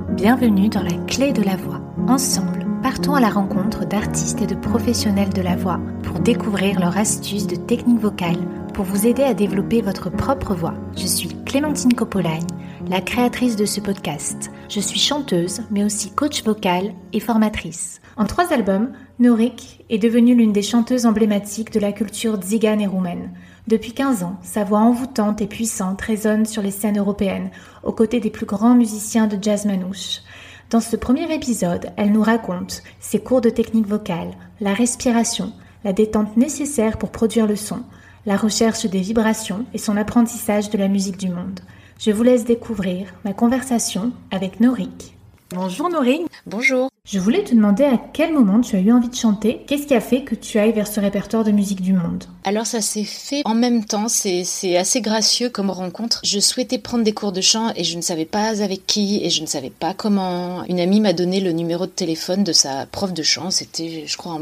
Bienvenue dans la clé de la voix. Ensemble, partons à la rencontre d'artistes et de professionnels de la voix pour découvrir leurs astuces de technique vocale pour vous aider à développer votre propre voix. Je suis Clémentine Coppolagne, la créatrice de ce podcast. Je suis chanteuse, mais aussi coach vocal et formatrice. En 3 albums, Norik est devenue l'une des chanteuses emblématiques de la culture tzigane et roumaine. Depuis 15 ans, sa voix envoûtante et puissante résonne sur les scènes européennes, aux côtés des plus grands musiciens de jazz manouche. Dans ce premier épisode, elle nous raconte ses cours de technique vocale, la respiration, la détente nécessaire pour produire le son, la recherche des vibrations et son apprentissage de la musique du monde. Je vous laisse découvrir ma conversation avec Norik. Bonjour Norik. Bonjour. Je voulais te demander à quel moment tu as eu envie de chanter. Qu'est-ce qui a fait que tu ailles vers ce répertoire de musique du monde ? Alors ça s'est fait en même temps, c'est assez gracieux comme rencontre. Je souhaitais prendre des cours de chant et je ne savais pas avec qui et je ne savais pas comment. Une amie m'a donné le numéro de téléphone de sa prof de chant, c'était je crois en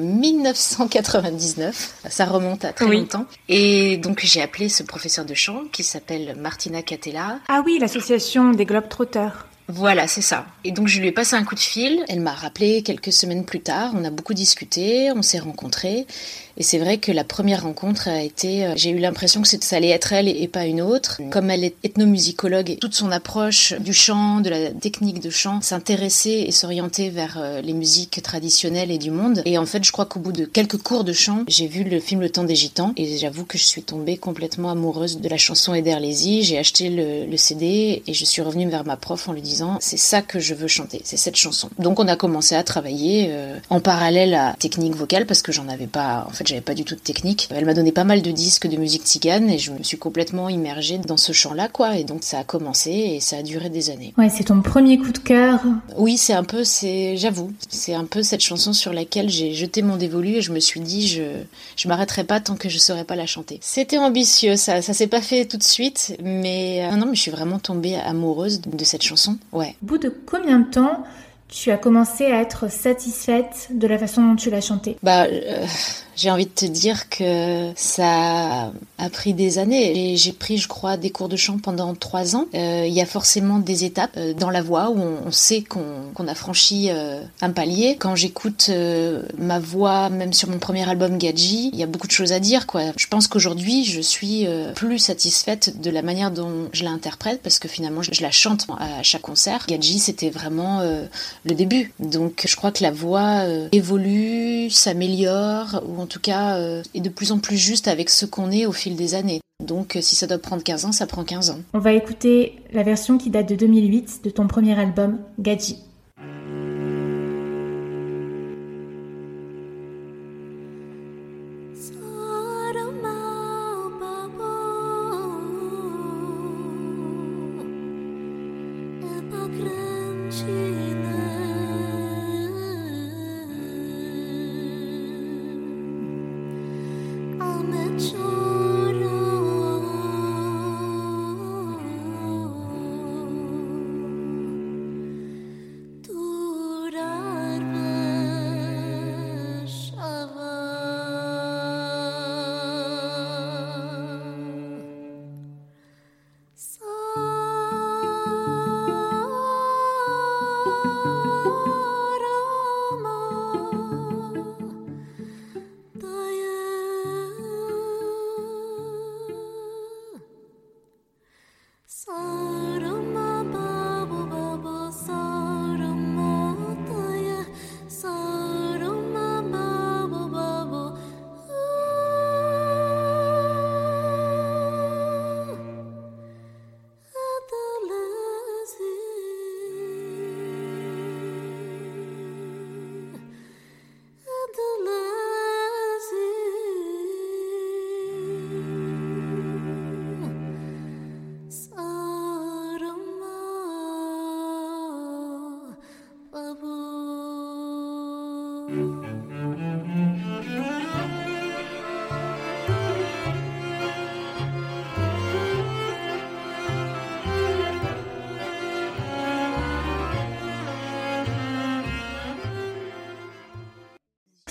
1999, ça remonte à très longtemps. Et donc j'ai appelé ce professeur de chant qui s'appelle Martina Catella. Ah oui, l'association des Globetrotters. Voilà, c'est ça. Et donc je lui ai passé un coup de fil, elle m'a rappelé quelques semaines plus tard, on a beaucoup discuté, on s'est rencontrés. Et c'est vrai que la première rencontre a été... J'ai eu l'impression que ça allait être elle et pas une autre. Comme elle est ethnomusicologue, et toute son approche du chant, de la technique de chant, s'intéressait et s'orientait vers les musiques traditionnelles et du monde. Et en fait, je crois qu'au bout de quelques cours de chant, j'ai vu le film Le Temps des Gitans. Et j'avoue que je suis tombée complètement amoureuse de la chanson Ederlésie. J'ai acheté le CD et je suis revenue vers ma prof en lui disant « C'est ça que je veux chanter, c'est cette chanson ». Donc on a commencé à travailler en parallèle à technique vocale parce que j'en avais pas... En fait, j'avais pas du tout de technique. Elle m'a donné pas mal de disques de musique tzigane et je me suis complètement immergée dans ce chant-là, quoi. Et donc ça a commencé et ça a duré des années. Ouais, c'est ton premier coup de cœur. Oui, j'avoue, c'est un peu cette chanson sur laquelle j'ai jeté mon dévolu et je me suis dit, je m'arrêterai pas tant que je saurais pas la chanter. C'était ambitieux, ça s'est pas fait tout de suite, mais non, mais je suis vraiment tombée amoureuse de cette chanson, ouais. Au bout de combien de temps tu as commencé à être satisfaite de la façon dont tu l'as chantée ? J'ai envie de te dire que ça a pris des années. J'ai pris, je crois, des cours de chant pendant 3 ans. Il y a forcément des étapes dans la voix où on sait qu'on a franchi un palier. Quand j'écoute ma voix, même sur mon premier album Gadji, il y a beaucoup de choses à dire, quoi. Je pense qu'aujourd'hui, je suis plus satisfaite de la manière dont je l'interprète parce que finalement, je la chante à chaque concert. Gadji, c'était vraiment le début. Donc, je crois que la voix évolue, s'améliore, ou en tout cas est de plus en plus juste avec ce qu'on est au fil des années. Donc si ça doit prendre 15 ans, ça prend 15 ans. On va écouter la version qui date de 2008 de ton premier album, Gadji.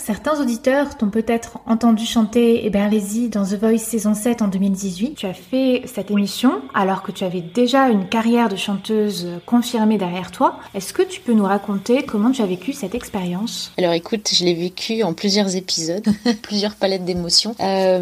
certains auditeurs t'ont peut-être entendu chanter Eberlézy dans The Voice saison 7 en 2018. Tu as fait cette émission alors que tu avais déjà une carrière de chanteuse confirmée derrière toi. Est-ce que tu peux nous raconter comment tu as vécu cette expérience ? Alors écoute, je l'ai vécu en plusieurs épisodes, plusieurs palettes d'émotions.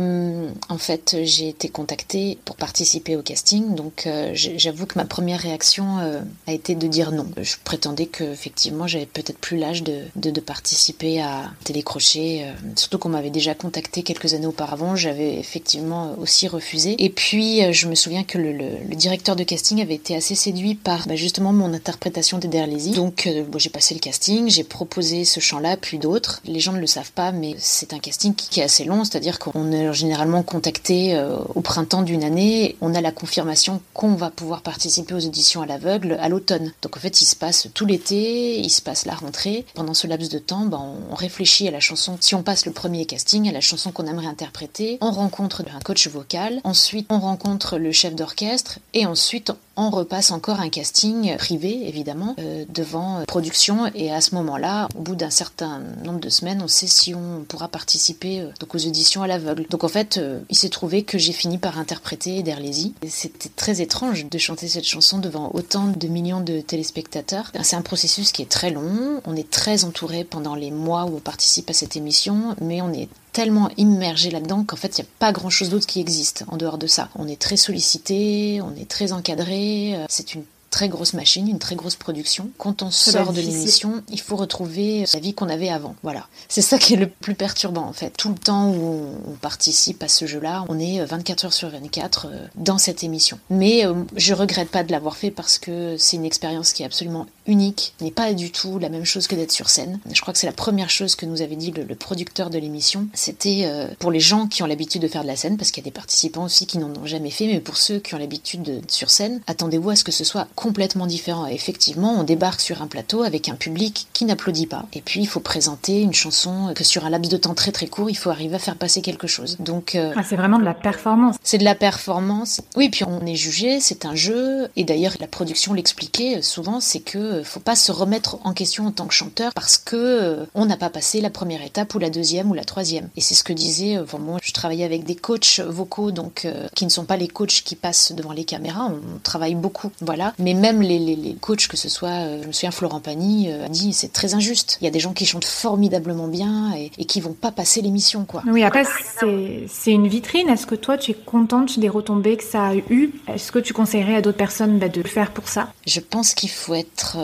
En fait, j'ai été contactée pour participer au casting, donc j'avoue que ma première réaction a été de dire non. Je prétendais que effectivement j'avais peut-être plus l'âge de participer à Télécrochet, surtout qu'on m'avait déjà contacté quelques années auparavant. J'avais effectivement aussi refusé. Et puis je me souviens que le directeur de casting avait été assez séduit par justement mon interprétation d'Eberlézy. Donc j'ai passé le casting, j'ai proposé ce chant-là, puis d'autres. Les gens ne le savent pas, mais c'est un casting qui est assez long, c'est-à-dire qu'on est généralement contacté au printemps d'une année. On a la confirmation qu'on va pouvoir participer aux auditions à l'aveugle à l'automne. Donc en fait, il se passe tout l'été, il se passe la rentrée. Pendant ce laps de temps, on réfléchit à la chanson. Si on passe le premier casting, à la chanson qu'on aimerait interpréter, on rencontre un coach vocal, ensuite on rencontre le chef d'orchestre, et ensuite on repasse encore un casting privé, évidemment, devant production. Et à ce moment-là, au bout d'un certain nombre de semaines, on sait si on pourra participer donc aux auditions à l'aveugle. Donc en fait, il s'est trouvé que j'ai fini par interpréter Eberlézy. C'était très étrange de chanter cette chanson devant autant de millions de téléspectateurs. C'est un processus qui est très long. On est très entouré pendant les mois où on participe à cette émission, mais on est tellement immergé là-dedans qu'en fait, il n'y a pas grand-chose d'autre qui existe en dehors de ça. On est très sollicité, on est très encadré. C'est une très grosse machine, une très grosse production. Quand on sort de l'émission, il faut retrouver la vie qu'on avait avant. Voilà. C'est ça qui est le plus perturbant en fait. Tout le temps où on participe à ce jeu-là, on est 24 heures sur 24 dans cette émission. Mais je regrette pas de l'avoir fait parce que c'est une expérience qui est absolument unique. Ce n'est pas du tout la même chose que d'être sur scène. Je crois que c'est la première chose que nous avait dit le producteur de l'émission. C'était pour les gens qui ont l'habitude de faire de la scène, parce qu'il y a des participants aussi qui n'en ont jamais fait, mais pour ceux qui ont l'habitude d'être sur scène, attendez-vous à ce que ce soit complètement différent. Et effectivement, on débarque sur un plateau avec un public qui n'applaudit pas. Et puis, il faut présenter une chanson que sur un laps de temps très très court, il faut arriver à faire passer quelque chose. Donc, c'est vraiment de la performance. C'est de la performance. Oui, puis on est jugé, c'est un jeu. Et d'ailleurs, la production l'expliquait souvent, c'est que faut pas se remettre en question en tant que chanteur parce que on n'a pas passé la première étape ou la deuxième ou la troisième. Et c'est ce que disait, moi, je travaillais avec des coachs vocaux, donc qui ne sont pas les coachs qui passent devant les caméras. On travaille beaucoup, voilà. Mais même les coachs, que ce soit, je me souviens, Florent Pagny a dit, c'est très injuste. Il y a des gens qui chantent formidablement bien et qui vont pas passer l'émission, quoi. Oui, après, c'est une vitrine. Est-ce que toi, tu es contente des retombées que ça a eu ? Est-ce que tu conseillerais à d'autres personnes de le faire pour ça ? Je pense qu'il faut être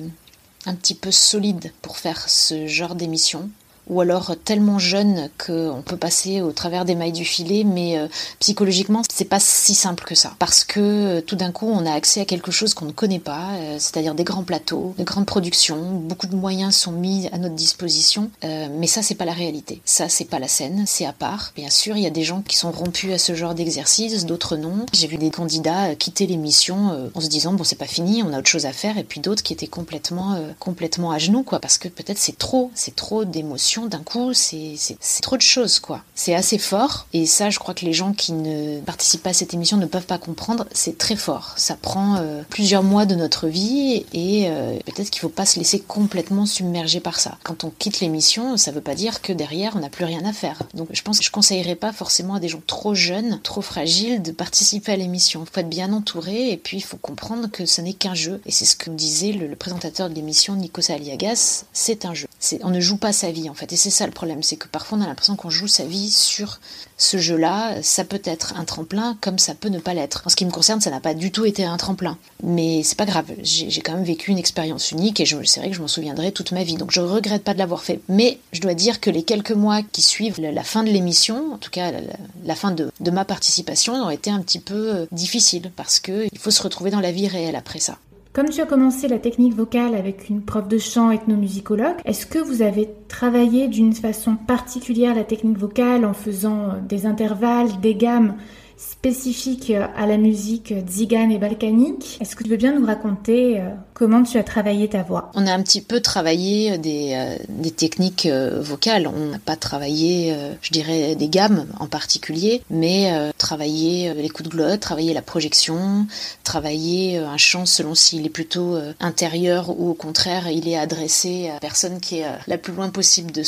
un petit peu solide pour faire ce genre d'émission. Ou alors tellement jeune qu'on peut passer au travers des mailles du filet, mais psychologiquement, c'est pas si simple que ça. Parce que tout d'un coup, on a accès à quelque chose qu'on ne connaît pas, c'est-à-dire des grands plateaux, de grandes productions, beaucoup de moyens sont mis à notre disposition, mais ça, c'est pas la réalité. Ça, c'est pas la scène, c'est à part. Bien sûr, il y a des gens qui sont rompus à ce genre d'exercice, d'autres non. J'ai vu des candidats quitter l'émission en se disant, bon, c'est pas fini, on a autre chose à faire, et puis d'autres qui étaient complètement à genoux, quoi, parce que peut-être c'est trop d'émotions. D'un coup, c'est trop de choses, quoi. C'est assez fort, et ça, je crois que les gens qui ne participent pas à cette émission ne peuvent pas comprendre. C'est très fort. Ça prend plusieurs mois de notre vie, et peut-être qu'il faut pas se laisser complètement submerger par ça. Quand on quitte l'émission, ça veut pas dire que derrière, on n'a plus rien à faire. Donc, je pense que je conseillerais pas forcément à des gens trop jeunes, trop fragiles, de participer à l'émission. Il faut être bien entouré, et puis il faut comprendre que ce n'est qu'un jeu. Et c'est ce que me disait le présentateur de l'émission, Nikos Aliagas, c'est un jeu. On ne joue pas sa vie, en fait. Et c'est ça le problème, c'est que parfois on a l'impression qu'on joue sa vie sur ce jeu-là. Ça peut être un tremplin comme ça peut ne pas l'être. En ce qui me concerne, ça n'a pas du tout été un tremplin. Mais c'est pas grave, j'ai quand même vécu une expérience unique et c'est vrai que je m'en souviendrai toute ma vie. Donc je regrette pas de l'avoir fait. Mais je dois dire que les quelques mois qui suivent la fin de l'émission, en tout cas la fin de ma participation, ont été un petit peu difficiles parce qu'il faut se retrouver dans la vie réelle après ça. Comme tu as commencé la technique vocale avec une prof de chant ethnomusicologue, est-ce que vous avez travaillé d'une façon particulière la technique vocale en faisant des intervalles, des gammes spécifiques à la musique tzigane et balkanique? Est-ce que tu veux bien nous raconter comment tu as travaillé ta voix? On a un petit peu travaillé des techniques vocales. On n'a pas travaillé, je dirais, des gammes en particulier, mais travailler les coups de glotte, travailler la projection, travailler un chant selon s'il est plutôt intérieur ou au contraire il est adressé à la personne qui est la plus loin possible de soi.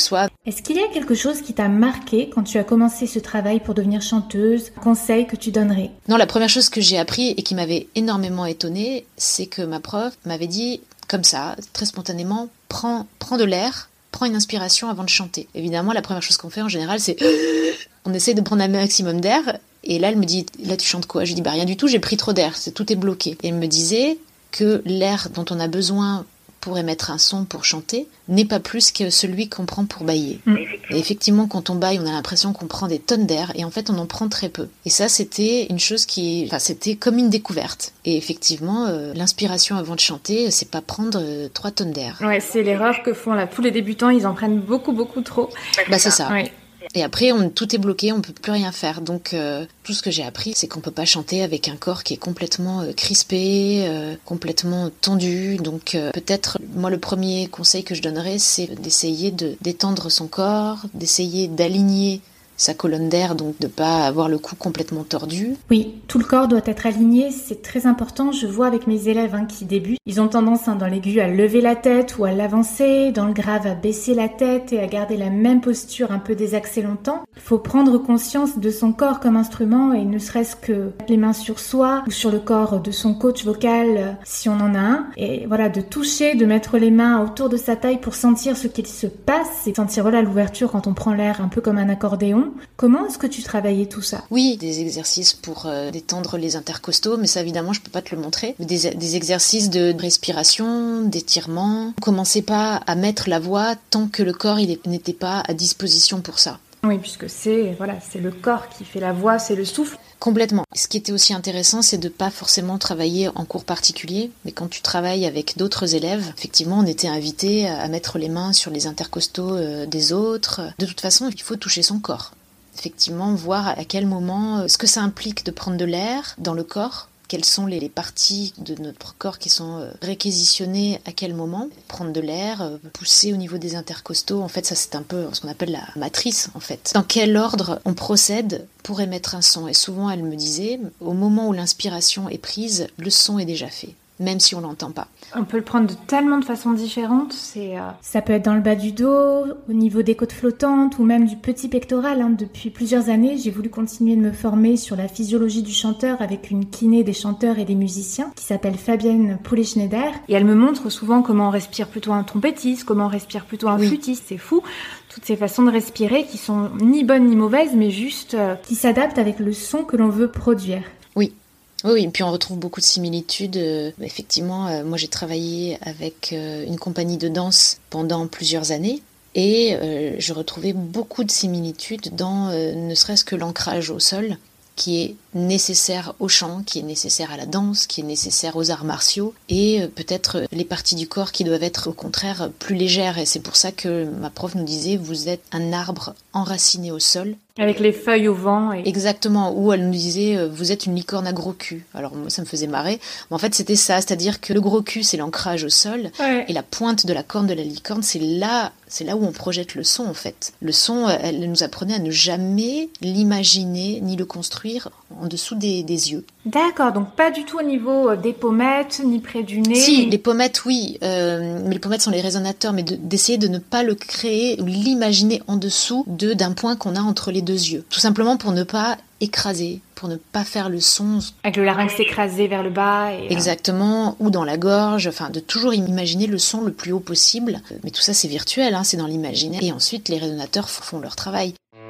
Est-ce qu'il y a quelque chose qui t'a marqué quand tu as commencé ce travail pour devenir chanteuse? Conseil que tu donnerais? Non, la première chose que j'ai appris et qui m'avait énormément étonnée, c'est que ma prof m'avait dit, comme ça, très spontanément, prends de l'air, prends une inspiration avant de chanter. Évidemment, la première chose qu'on fait en général, c'est on essaie de prendre un maximum d'air. Et là, elle me dit, là, tu chantes quoi? Je lui dis, rien du tout, j'ai pris trop d'air, tout est bloqué. Et elle me disait que l'air dont on a besoin pour émettre un son, pour chanter, n'est pas plus que celui qu'on prend pour bâiller. Et effectivement, quand on bâille, on a l'impression qu'on prend des tonnes d'air, et en fait, on en prend très peu. Et ça, c'était une chose c'était comme une découverte. Et effectivement, l'inspiration avant de chanter, c'est pas prendre 3 tonnes d'air. Ouais, c'est l'erreur que font là tous les débutants, ils en prennent beaucoup, beaucoup trop. C'est ça. Oui. Et après, tout est bloqué, on peut plus rien faire. Donc, tout ce que j'ai appris, c'est qu'on peut pas chanter avec un corps qui est complètement crispé, complètement tendu. Donc, peut-être, moi, le premier conseil que je donnerais, c'est d'essayer de détendre son corps, d'essayer d'aligner sa colonne d'air, donc de pas avoir le cou complètement tordu. Oui, tout le corps doit être aligné, c'est très important. Je vois avec mes élèves qui débutent, ils ont tendance dans l'aigu à lever la tête ou à l'avancer, dans le grave à baisser la tête et à garder la même posture un peu désaxée longtemps. Il faut prendre conscience de son corps comme instrument et ne serait-ce que mettre les mains sur soi ou sur le corps de son coach vocal si on en a un. Et voilà, de toucher, de mettre les mains autour de sa taille pour sentir ce qu'il se passe et sentir l'ouverture quand on prend l'air un peu comme un accordéon. Comment est-ce que tu travaillais tout ça? Oui, des exercices pour détendre les intercostaux, mais ça évidemment je peux pas te le montrer. Des exercices de respiration, d'étirement. Commencez pas à mettre la voix tant que le corps n'était pas à disposition pour ça. Oui, puisque c'est le corps qui fait la voix, c'est le souffle. Complètement. Ce qui était aussi intéressant, c'est de pas forcément travailler en cours particulier, mais quand tu travailles avec d'autres élèves, effectivement, on était invités à mettre les mains sur les intercostaux des autres. De toute façon, il faut toucher son corps. Effectivement, voir à quel moment, ce que ça implique de prendre de l'air dans le corps, quelles sont les parties de notre corps qui sont réquisitionnées à quel moment, prendre de l'air, pousser au niveau des intercostaux, en fait ça c'est un peu ce qu'on appelle la matrice en fait. Dans quel ordre on procède pour émettre un son? Et souvent elle me disait, au moment où l'inspiration est prise, le son est déjà fait. Même si on l'entend pas. On peut le prendre de tellement de façons différentes. Ça peut être dans le bas du dos, au niveau des côtes flottantes ou même du petit pectoral. Depuis plusieurs années, j'ai voulu continuer de me former sur la physiologie du chanteur avec une kiné des chanteurs et des musiciens qui s'appelle Fabienne Poulet-Schneider. Et elle me montre souvent comment on respire plutôt un trompettiste, comment on respire plutôt un flûtiste. C'est fou. Toutes ces façons de respirer qui sont ni bonnes ni mauvaises, mais juste qui s'adaptent avec le son que l'on veut produire. Oui, et puis on retrouve beaucoup de similitudes. Effectivement, moi j'ai travaillé avec une compagnie de danse pendant plusieurs années et je retrouvais beaucoup de similitudes dans ne serait-ce que l'ancrage au sol qui est nécessaire au chant, qui est nécessaire à la danse, qui est nécessaire aux arts martiaux et peut-être les parties du corps qui doivent être au contraire plus légères. Et c'est pour ça que ma prof nous disait, vous êtes un arbre enraciné au sol. Avec les feuilles au vent. Exactement, ou elle nous disait, vous êtes une licorne à gros cul. Alors moi ça me faisait marrer, mais en fait c'était ça, c'est-à-dire que le gros cul c'est l'ancrage au sol, et la pointe de la corne de la licorne c'est là où on projette le son en fait. Le son, elle nous apprenait à ne jamais l'imaginer ni le construire en dessous des yeux. D'accord, donc pas du tout au niveau des pommettes, ni près du nez. Si, les pommettes oui, mais les pommettes sont les résonateurs, mais d'essayer de ne pas le créer ou l'imaginer en dessous d'un point qu'on a entre les deux yeux. Tout simplement pour ne pas écraser, pour ne pas faire le son. Avec le larynx écrasé vers le bas. Exactement, ou dans la gorge, enfin de toujours imaginer le son le plus haut possible. Mais tout ça c'est virtuel, c'est dans l'imaginaire. Et ensuite les résonateurs font leur travail.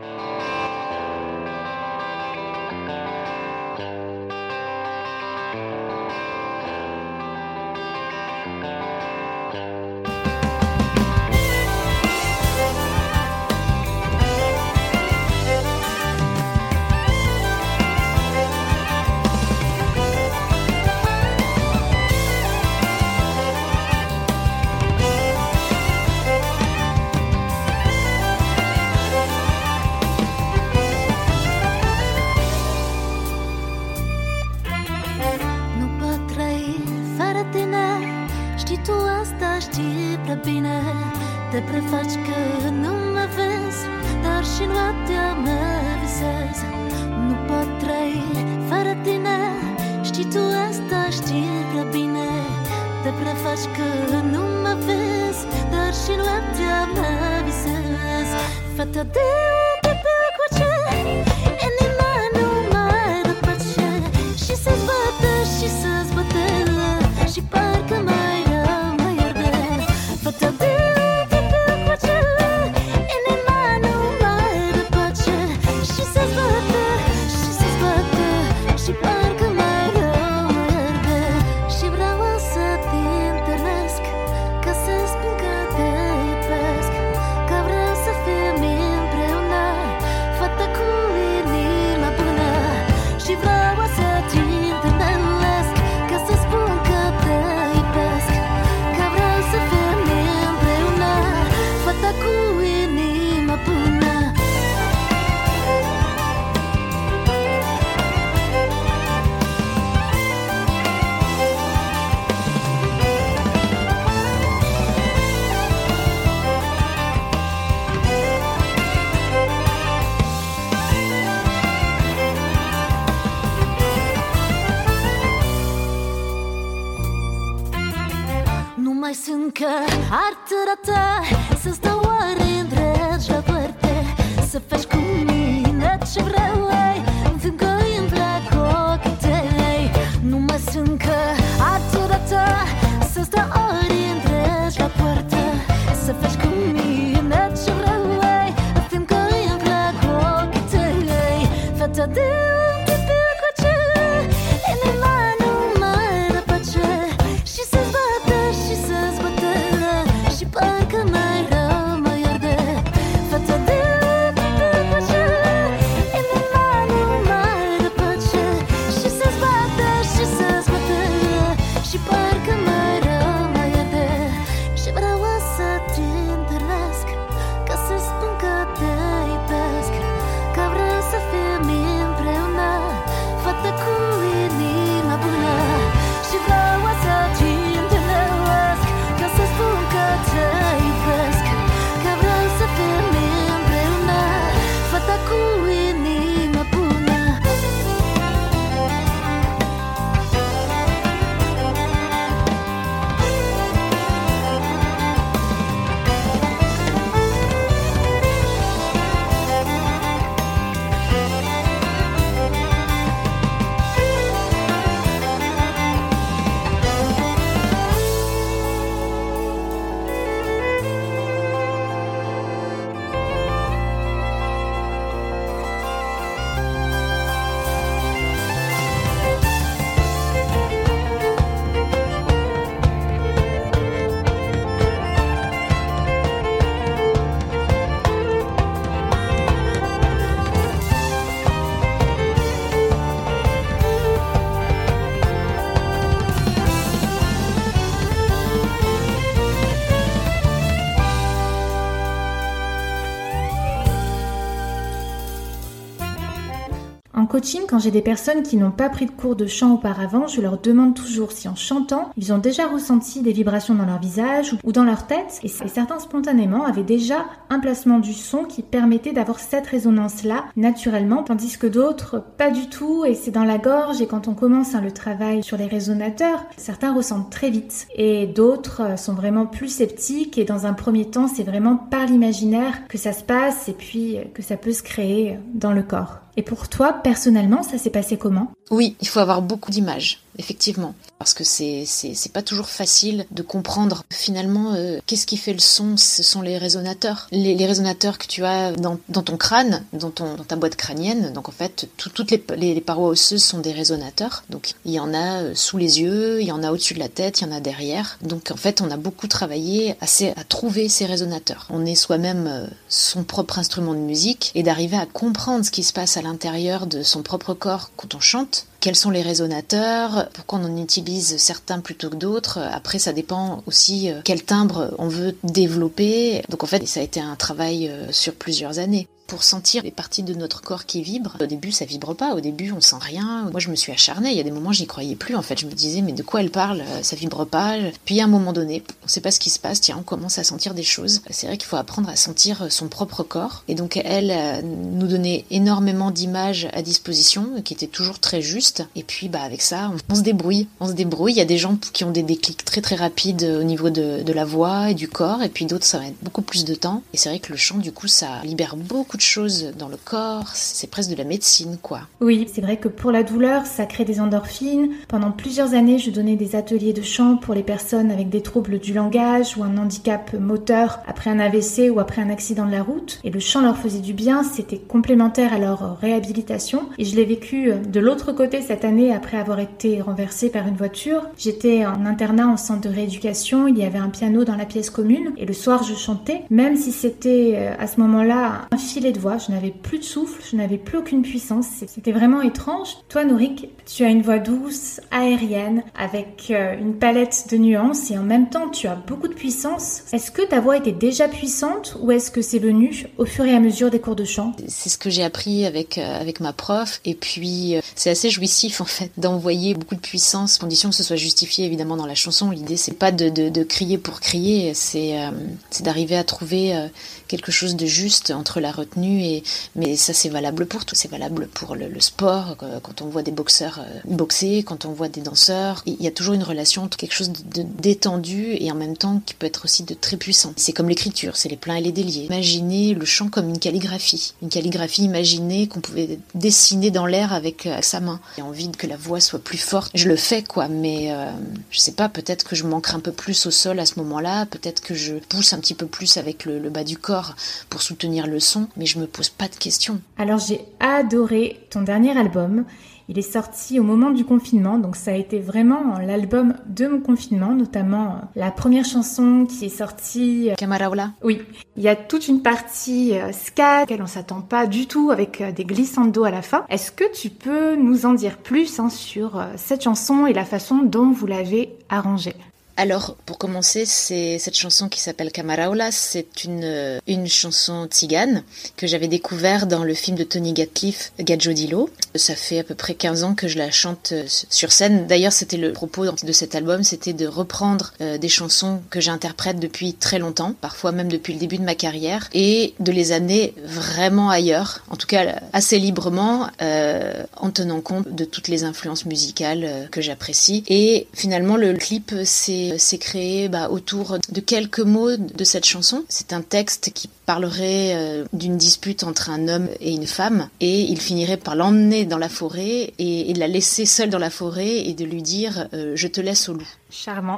Te prefaci că nu mă vezi, dar și noaptea mă visezi. Nu pot trăi fără tine, știi tu asta, știi prea bine. te prefaz que não me vês, dar și nu te-am visez. Fata de te pecoce, inima nu mai dă pace, și se zbate, și se zbate, și parcă mai rău mai arde. Fata de te pecoce, inima nu mai dă pace, și se zbate, și se zbate, și parcă mai rău mai arde. Și vreau să te întâlnesc, ca să spun că te iubesc, că vreau să fim împreună, fata cu inima bună. Și vreau să te întâlnesc, ca să spun că te iubesc, că vreau să fim împreună, fata cu inima bună. Nu mai sunt că artăra ta să stau oare îndregi la poarte, să faci cu mine ce vreau, ei, fiindcă îmi plac ochii tăi. Nu mai sunt că artăra ta să stau oare îndregi la poarte, să faci cu mine ce vreau, ei, fiindcă îmi plac ochii tăi. Fata de te pecoce, inima nu mai dă pace, și se zbate, și se zbate, și parcă mai rău mai arde. Fata de te pecoce, inima nu mai dă pace, și se zbate, și se zbate, și parcă mai rău mai arde. Și vreau să te întâlnesc, ca să spun că te iubesc, că vreau să fim împreună, fata cu inima bună. Și vreau să te întâlnesc, ca să spun că te iubesc, că vreau să fim împreună, fata cu inima bună. En coaching, quand j'ai des personnes qui n'ont pas pris de cours de chant auparavant, je leur demande toujours si en chantant, ils ont déjà ressenti des vibrations dans leur visage ou dans leur tête. Et certains spontanément avaient déjà un placement du son qui permettait d'avoir cette résonance-là naturellement, tandis que d'autres pas du tout, et c'est dans la gorge. Et quand on commence le travail sur les résonateurs, certains ressentent très vite et d'autres sont vraiment plus sceptiques, et dans un premier temps, c'est vraiment par l'imaginaire que ça se passe et puis que ça peut se créer dans le corps. Et pour toi, personnellement, ça s'est passé comment ? Oui, il faut avoir beaucoup d'images, effectivement, parce que c'est pas toujours facile de comprendre finalement qu'est-ce qui fait le son. Ce sont les résonateurs, les résonateurs que tu as dans ton crâne, dans ta boîte crânienne. Donc en fait, toutes les parois osseuses sont des résonateurs. Donc il y en a sous les yeux, il y en a au-dessus de la tête, il y en a derrière. Donc en fait, on a beaucoup travaillé à trouver ces résonateurs. On est soi-même son propre instrument de musique, et d'arriver à comprendre ce qui se passe à l'intérieur de son propre corps quand on chante. Quels sont les résonateurs, pourquoi on en utilise certains plutôt que d'autres. Après, ça dépend aussi quel timbre on veut développer. Donc en fait, ça a été un travail sur plusieurs années. pour sentir les parties de notre corps qui vibrent. Au début, ça vibre pas. Au début, on sent rien. Moi, je me suis acharnée. Il y a des moments, j'y croyais plus. En fait, je me disais, mais de quoi elle parle? Ça vibre pas. Puis, à un moment donné, on sait pas ce qui se passe. Tiens, on commence à sentir des choses. C'est vrai qu'il faut apprendre à sentir son propre corps. Et donc, elle nous donnait énormément d'images à disposition, qui étaient toujours très justes. Et puis, avec ça, on se débrouille. On se débrouille. Il y a des gens qui ont des déclics très, très rapides au niveau de la voix et du corps. Et puis, d'autres, ça va être beaucoup plus de temps. Et c'est vrai que le chant, du coup, ça libère beaucoup de choses dans le corps, c'est presque de la médecine, quoi. Oui, c'est vrai que pour la douleur, ça crée des endorphines. Pendant plusieurs années, je donnais des ateliers de chant pour les personnes avec des troubles du langage ou un handicap moteur après un AVC ou après un accident de la route. Et le chant leur faisait du bien, c'était complémentaire à leur réhabilitation. Et je l'ai vécu de l'autre côté cette année après avoir été renversée par une voiture. J'étais en internat en centre de rééducation, il y avait un piano dans la pièce commune et le soir je chantais, même si c'était à ce moment-là un filet de voix, je n'avais plus de souffle, je n'avais plus aucune puissance, c'était vraiment étrange. Toi Nouric, tu as une voix douce, aérienne, avec une palette de nuances et en même temps tu as beaucoup de puissance. Est-ce que ta voix était déjà puissante ou est-ce que c'est venu au fur et à mesure des cours de chant? C'est ce que j'ai appris avec ma prof et puis c'est assez jouissif en fait d'envoyer beaucoup de puissance, condition que ce soit justifié évidemment dans la chanson. L'idée c'est pas de crier pour crier, c'est d'arriver à trouver quelque chose de juste entre la retenue mais ça c'est valable pour tout, c'est valable pour le sport, quand on voit des boxeurs boxer, quand on voit des danseurs, il y a toujours une relation entre quelque chose de détendu et en même temps qui peut être aussi de très puissant. C'est comme l'écriture, c'est les pleins et les déliés. Imaginez le chant comme une calligraphie imaginée qu'on pouvait dessiner dans l'air avec sa main. J'ai envie que la voix soit plus forte, je le fais quoi, mais je sais pas, peut-être que je manquerai un peu plus au sol à ce moment-là, peut-être que je pousse un petit peu plus avec le bas du corps pour soutenir le son, mais je me pose pas de questions. Alors j'ai adoré ton dernier album. Il est sorti au moment du confinement, donc ça a été vraiment l'album de mon confinement, notamment la première chanson qui est sortie... Camaraula. Oui, il y a toute une partie ska, laquelle on s'attend pas du tout, avec des glissando à la fin. Est-ce que tu peux nous en dire plus sur cette chanson et la façon dont vous l'avez arrangée ? Alors, pour commencer, c'est cette chanson qui s'appelle Camaraula, c'est une chanson tzigane que j'avais découvert dans le film de Tony Gatliff, Gadjodilo. Ça fait à peu près 15 ans que je la chante sur scène. D'ailleurs, c'était le propos de cet album, c'était de reprendre des chansons que j'interprète depuis très longtemps, parfois même depuis le début de ma carrière, et de les amener vraiment ailleurs, en tout cas assez librement, en tenant compte de toutes les influences musicales que j'apprécie. Et finalement, le clip, c'est créé autour de quelques mots de cette chanson. C'est un texte qui parlerait d'une dispute entre un homme et une femme, et il finirait par l'emmener dans la forêt et de la laisser seule dans la forêt et de lui dire je te laisse au loup. Charmant.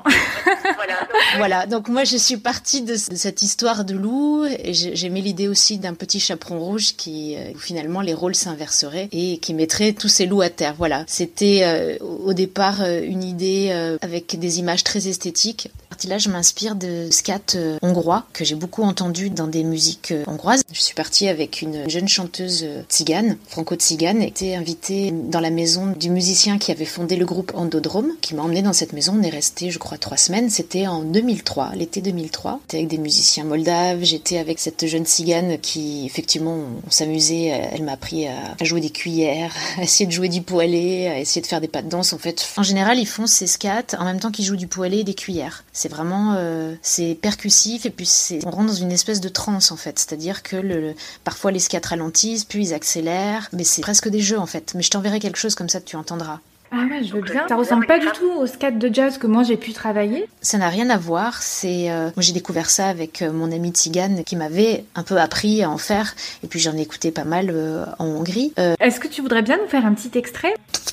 Voilà, donc moi je suis partie de cette histoire de loup et j'aimais l'idée aussi d'un petit chaperon rouge où finalement les rôles s'inverseraient et qui mettrait tous ces loups à terre. Voilà, c'était au départ une idée avec des images très esthétiques. Là, je m'inspire de scat hongrois que j'ai beaucoup entendu dans des musiques hongroises. Je suis partie avec une jeune chanteuse tzigane, franco-tzigane, et été invitée dans la maison du musicien qui avait fondé le groupe Andodrome, qui m'a emmenée dans cette maison. On est resté, je crois, 3 semaines. C'était en 2003, l'été 2003. J'étais avec des musiciens moldaves, j'étais avec cette jeune tzigane qui, effectivement, on s'amusait. Elle m'a appris à jouer des cuillères, à essayer de jouer du poêlé, à essayer de faire des pas de danse. En fait, en général, ils font ces scats en même temps qu'ils jouent du poêlé et des cuillères. C'est vraiment, c'est percussif et puis on rentre dans une espèce de transe en fait. C'est-à-dire que parfois les scats ralentissent, puis ils accélèrent, mais c'est presque des jeux en fait. Mais je t'enverrai quelque chose comme ça, tu entendras. Ah ouais, je veux bien. Ça ressemble pas du tout au scat de jazz que moi j'ai pu travailler. Ça n'a rien à voir. Moi j'ai découvert ça avec mon ami tzigane qui m'avait un peu appris à en faire. Et puis j'en ai écouté pas mal en Hongrie. Est-ce que tu voudrais bien nous faire un petit extrait?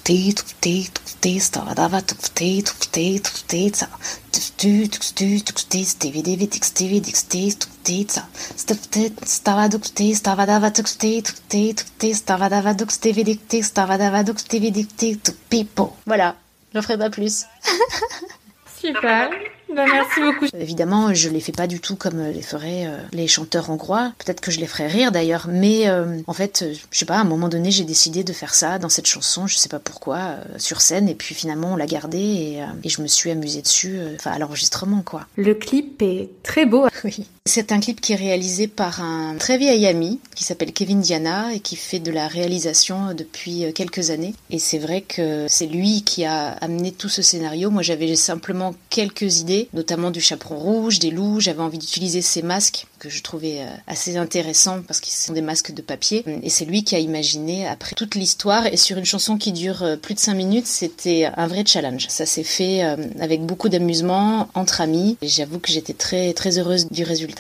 Voilà, j'en ferai pas plus. Super. Merci beaucoup. Évidemment, je les fais pas du tout comme les feraient les chanteurs hongrois. Peut-être que je les ferais rire d'ailleurs, mais en fait, je sais pas, à un moment donné, j'ai décidé de faire ça dans cette chanson, je sais pas pourquoi, sur scène, et puis finalement, on l'a gardée et je me suis amusée dessus, à l'enregistrement, quoi. Le clip est très beau. Oui. C'est un clip qui est réalisé par un très vieil ami qui s'appelle Kevin Diana et qui fait de la réalisation depuis quelques années. Et c'est vrai que c'est lui qui a amené tout ce scénario. Moi, j'avais simplement quelques idées, notamment du chaperon rouge, des loups. J'avais envie d'utiliser ces masques que je trouvais assez intéressants parce qu'ils sont des masques de papier. Et c'est lui qui a imaginé après toute l'histoire. Et sur une chanson qui dure plus de 5 minutes, c'était un vrai challenge. Ça s'est fait avec beaucoup d'amusement, entre amis. Et j'avoue que j'étais très, très heureuse du résultat.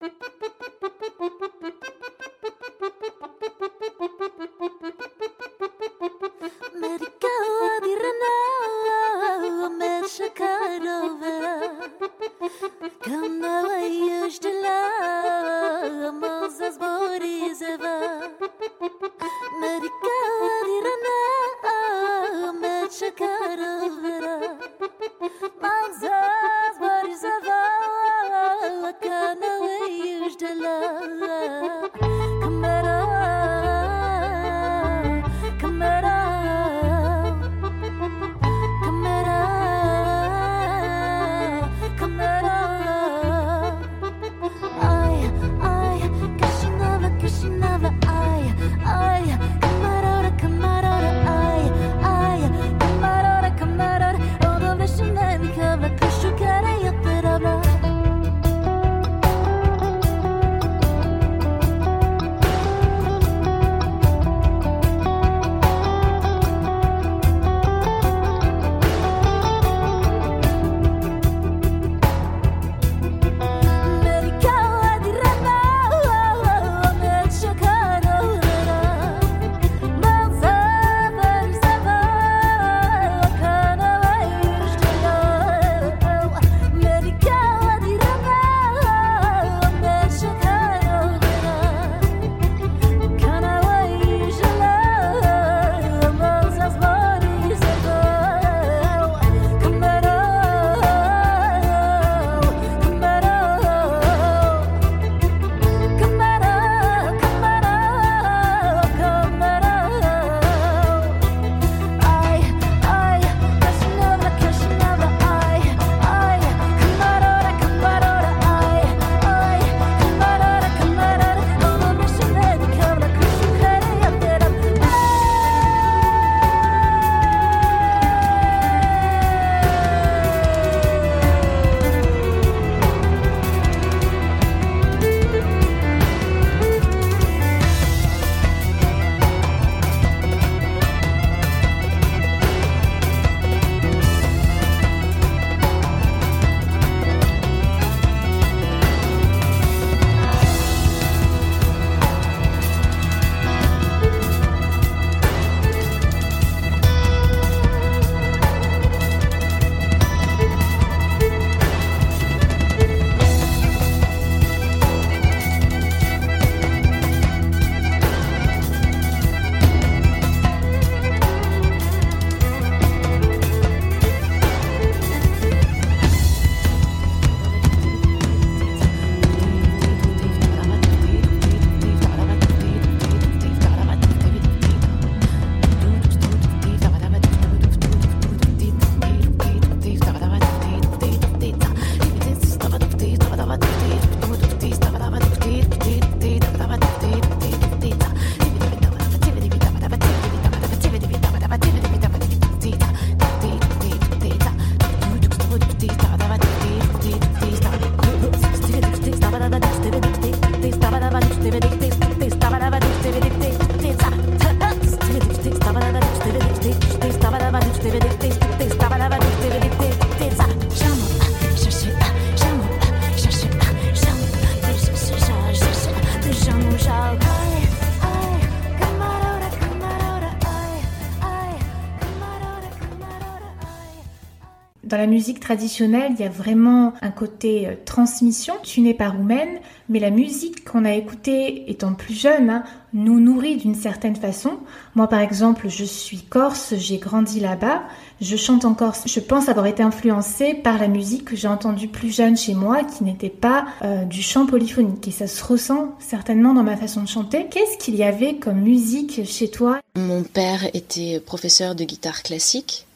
Dans la musique traditionnelle, il y a vraiment un côté transmission. Tu n'es pas roumaine, mais la musique qu'on a écoutée étant plus jeune nous nourrit d'une certaine façon. Moi, par exemple, je suis corse, j'ai grandi là-bas, je chante en corse. Je pense avoir été influencée par la musique que j'ai entendue plus jeune chez moi, qui n'était pas du chant polyphonique. Et ça se ressent certainement dans ma façon de chanter. Qu'est-ce qu'il y avait comme musique chez toi ? Mon père était professeur de guitare classique.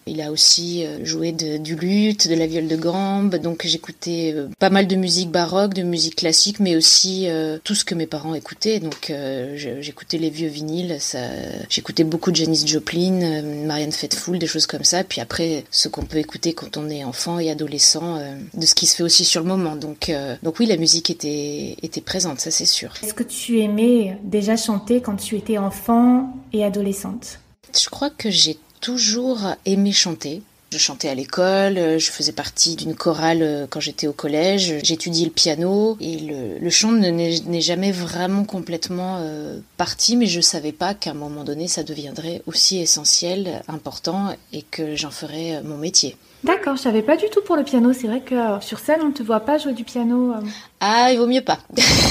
Il a aussi joué du luth, de la viole de gambe, donc j'écoutais pas mal de musique baroque, de musique classique, mais aussi tout ce que mes parents écoutaient. Donc j'écoutais les vieux vinyles, j'écoutais beaucoup de Janis Joplin, Marianne Faithfull, des choses comme ça. Puis après, ce qu'on peut écouter quand on est enfant et adolescent, de ce qui se fait aussi sur le moment. Donc oui, la musique était présente, ça c'est sûr. Est-ce que tu aimais déjà chanter quand tu étais enfant et adolescente ? Je crois que j'ai toujours aimé chanter. Je chantais à l'école, je faisais partie d'une chorale quand j'étais au collège, j'étudiais le piano et le chant n'est jamais vraiment complètement parti, mais je savais pas qu'à un moment donné ça deviendrait aussi essentiel, important et que j'en ferais mon métier. D'accord, je savais pas du tout pour le piano, c'est vrai que sur scène on ne te voit pas jouer du piano. Ah, il vaut mieux pas.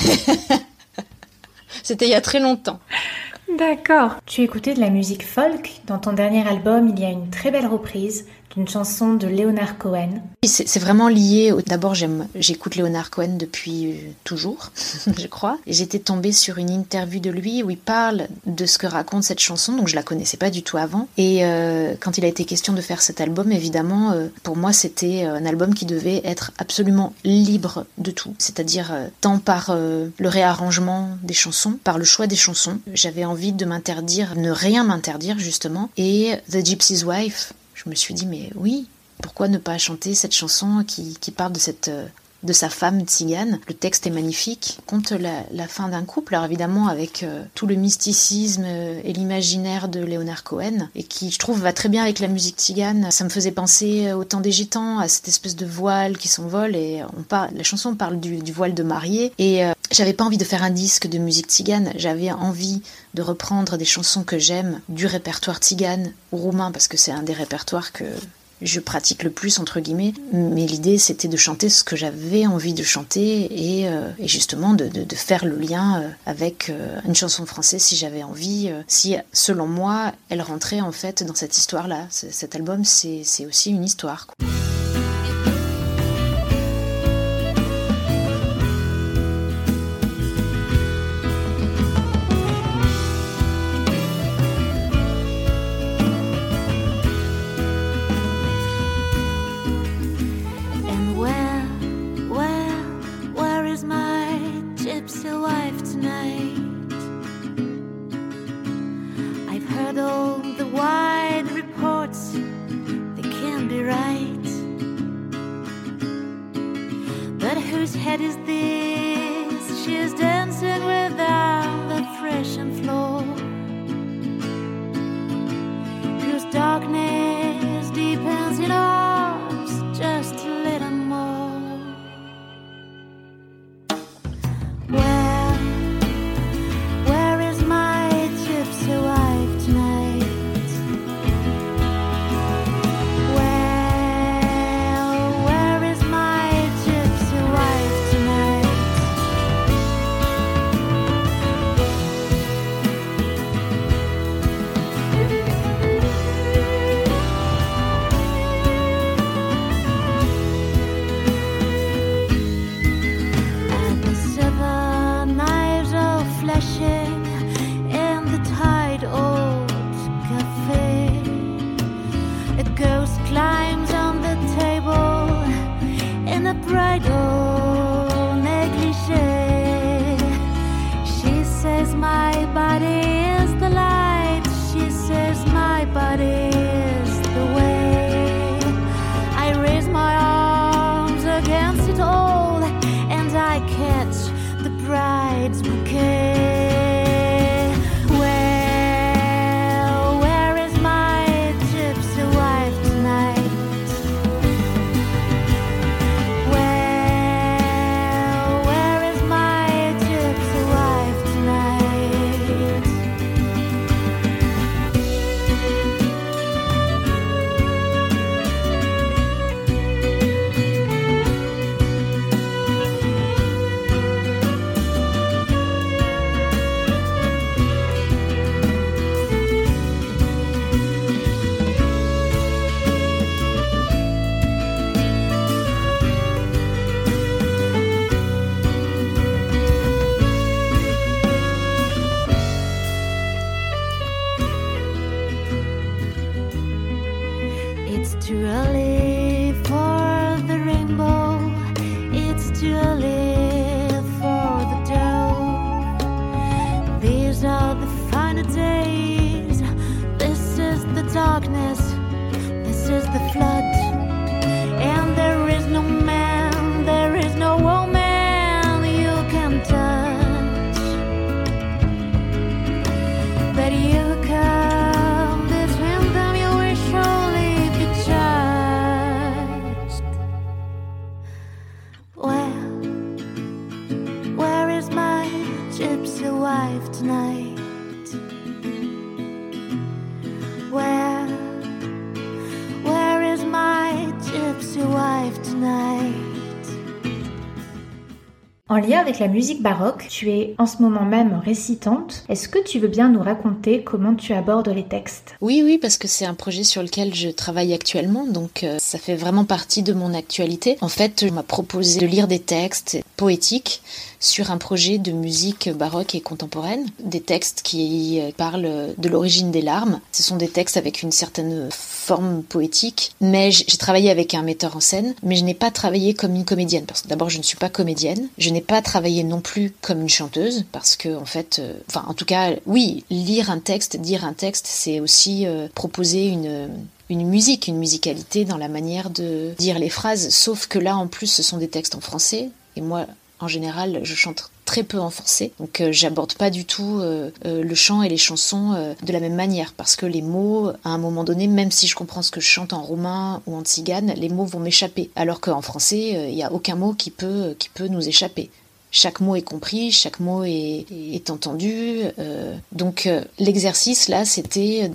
C'était il y a très longtemps. D'accord. Tu écoutais de la musique folk. Dans ton dernier album, il y a une très belle reprise d'une chanson de Leonard Cohen. C'est vraiment lié. D'abord, j'écoute Leonard Cohen depuis toujours, je crois. Et j'étais tombée sur une interview de lui où il parle de ce que raconte cette chanson, donc je la connaissais pas du tout avant. Et quand il a été question de faire cet album, évidemment, pour moi, c'était un album qui devait être absolument libre de tout. C'est-à-dire tant par le réarrangement des chansons, par le choix des chansons. J'avais envie de m'interdire, ne rien m'interdire justement. Et The Gypsy's Wife, je me suis dit, mais oui, pourquoi ne pas chanter cette chanson qui parle de sa femme tzigane. Le texte est magnifique, compte la fin d'un couple, alors évidemment avec tout le mysticisme et l'imaginaire de Leonard Cohen, et qui, je trouve, va très bien avec la musique tzigane. Ça me faisait penser au temps des gitans, à cette espèce de voile qui s'envole, et la chanson parle du voile de mariée, et j'avais pas envie de faire un disque de musique tzigane, j'avais envie de reprendre des chansons que j'aime du répertoire tzigane ou roumain, parce que c'est un des répertoires que je pratique le plus, entre guillemets, mais l'idée c'était de chanter ce que j'avais envie de chanter et justement de faire le lien avec une chanson française si j'avais envie, si selon moi elle rentrait en fait dans cette histoire-là. Cet album c'est aussi une histoire, quoi. gypsy wife tonight? Where is my gypsy wife tonight? En lien avec la musique baroque, tu es en ce moment même récitante. Est-ce que tu veux bien nous raconter comment tu abordes les textes ? Oui, parce que c'est un projet sur lequel je travaille actuellement, donc ça fait vraiment partie de mon actualité. En fait, on m'a proposé de lire des textes poétiques sur un projet de musique baroque et contemporaine, des textes qui parlent de l'origine des larmes. Ce sont des textes avec une certaine forme poétique, mais j'ai travaillé avec un metteur en scène, mais je n'ai pas travaillé comme une comédienne, parce que d'abord je ne suis pas comédienne, je n'ai pas travaillé non plus comme une chanteuse, parce que en fait, en tout cas, oui, lire un texte, dire un texte, c'est aussi proposer une musique, une musicalité dans la manière de dire les phrases, sauf que là en plus ce sont des textes en français, et moi en général je chante très peu en français, donc j'aborde pas du tout le chant et les chansons de la même manière, parce que les mots, à un moment donné, même si je comprends ce que je chante en roumain ou en tzigane, les mots vont m'échapper, alors qu'en français, il n'y a aucun mot qui peut nous échapper. Chaque mot est compris, chaque mot est entendu. Donc l'exercice là, c'était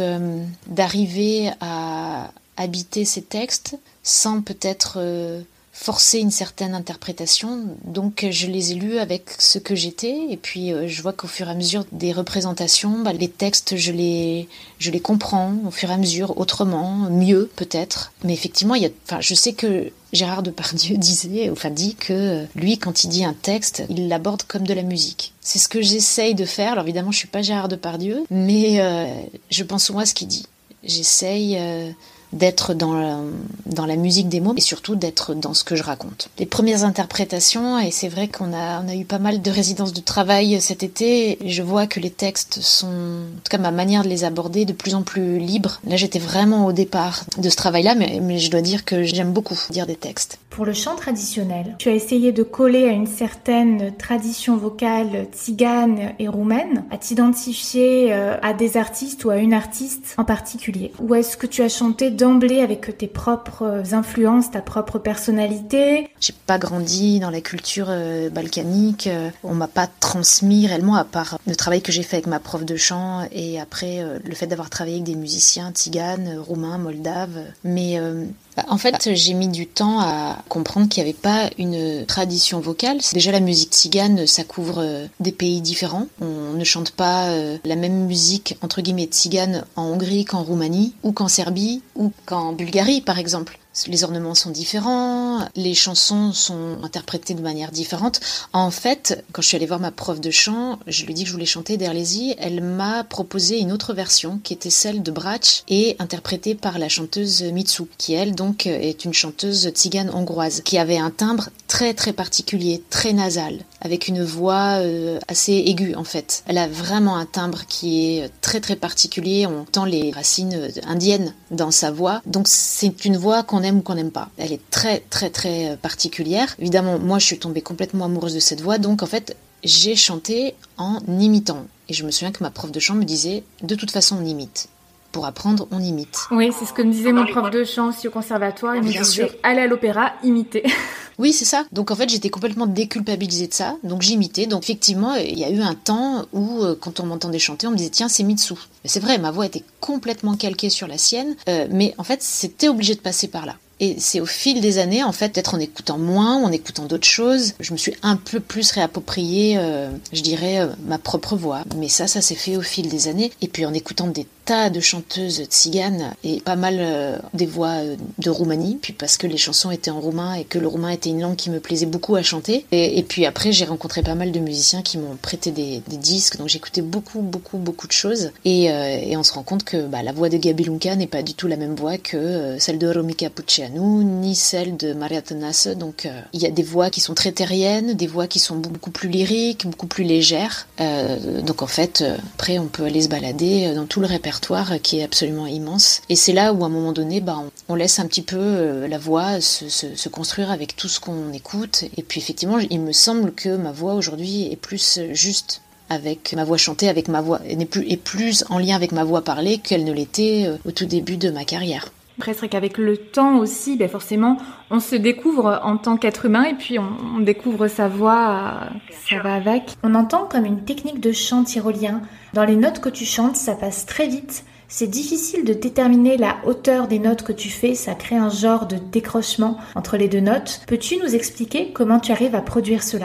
d'arriver à habiter ces textes sans peut-être forcer une certaine interprétation. Donc je les ai lus avec ce que j'étais, et puis je vois qu'au fur et à mesure des représentations, les textes, je les comprends au fur et à mesure, autrement, mieux peut-être. Mais effectivement, je sais que Gérard Depardieu dit que lui, quand il dit un texte, il l'aborde comme de la musique. C'est ce que j'essaye de faire. Alors évidemment, je suis pas Gérard Depardieu, mais je pense souvent à ce qu'il dit. J'essaye d'être dans la musique des mots, et surtout d'être dans ce que je raconte. Les premières interprétations, et c'est vrai qu'on a eu pas mal de résidences de travail cet été, je vois que les textes sont, en tout cas ma manière de les aborder, de plus en plus libre. Là, j'étais vraiment au départ de ce travail-là, mais je dois dire que j'aime beaucoup dire des textes. Pour le chant traditionnel, tu as essayé de coller à une certaine tradition vocale tzigane et roumaine, à t'identifier à des artistes ou à une artiste en particulier. Ou est-ce que tu as chanté d'emblée avec tes propres influences, ta propre personnalité? J'ai pas grandi dans la culture balkanique, on m'a pas transmis réellement, à part le travail que j'ai fait avec ma prof de chant, et après le fait d'avoir travaillé avec des musiciens tziganes, roumains, moldaves, mais en fait, j'ai mis du temps à comprendre qu'il n'y avait pas une tradition vocale. Déjà, la musique tzigane, ça couvre des pays différents. On ne chante pas la même musique, entre guillemets, tzigane en Hongrie qu'en Roumanie, ou qu'en Serbie, ou qu'en Bulgarie, par exemple. Les ornements sont différents, les chansons sont interprétées de manière différente. En fait, quand je suis allée voir ma prof de chant, je lui ai dit que je voulais chanter d'Erlési. Elle m'a proposé une autre version qui était celle de Brač et interprétée par la chanteuse Mitsu, qui elle donc est une chanteuse tzigane hongroise, qui avait un timbre très très particulier, très nasal, avec une voix assez aiguë en fait. Elle a vraiment un timbre qui est très très particulier, on entend les racines indiennes dans sa voix, donc c'est une voix qu'on aime ou qu'on n'aime pas. Elle est très très très particulière. Évidemment, moi je suis tombée complètement amoureuse de cette voix, donc en fait j'ai chanté en imitant. Et je me souviens que ma prof de chant me disait, de toute façon on imite. Pour apprendre, on imite. Oui, c'est ce que me disait mon prof de chant aussi au conservatoire. Il me disait, aller à l'opéra, imiter. Oui, c'est ça. Donc en fait, j'étais complètement déculpabilisée de ça. Donc j'imitais. Donc effectivement, il y a eu un temps où, quand on m'entendait chanter, on me disait, tiens, c'est Mitsu. Mais c'est vrai, ma voix était complètement calquée sur la sienne. Mais en fait, c'était obligé de passer par là. Et c'est au fil des années, en fait, peut-être en écoutant moins, ou en écoutant d'autres choses, je me suis un peu plus réapproprié, je dirais, ma propre voix. Mais ça s'est fait au fil des années. Et puis en écoutant des tas de chanteuses tziganes et pas mal des voix de Roumanie, puis parce que les chansons étaient en roumain et que le roumain était une langue qui me plaisait beaucoup à chanter. Et puis après, j'ai rencontré pas mal de musiciens qui m'ont prêté des disques, donc j'écoutais beaucoup de choses. Et on se rend compte que la voix de Gabi Lunca n'est pas du tout la même voix que celle de Romika Puceanu, ni celle de Maria Tănase. Donc il y a des voix qui sont très terriennes, des voix qui sont beaucoup plus lyriques, beaucoup plus légères. Donc en fait, après on peut aller se balader dans tout le répertoire qui est absolument immense. Et c'est là où à un moment donné, on laisse un petit peu la voix se construire avec tout ce qu'on écoute. Et puis effectivement, il me semble que ma voix aujourd'hui est plus juste avec ma voix chantée, avec ma voix, est plus en lien avec ma voix parlée qu'elle ne l'était au tout début de ma carrière. Après, c'est vrai qu'avec le temps aussi, forcément, on se découvre en tant qu'être humain et puis on découvre sa voix, ça va avec. On entend comme une technique de chant tyrolien. Dans les notes que tu chantes, ça passe très vite. C'est difficile de déterminer la hauteur des notes que tu fais, ça crée un genre de décrochement entre les deux notes. Peux-tu nous expliquer comment tu arrives à produire cela ?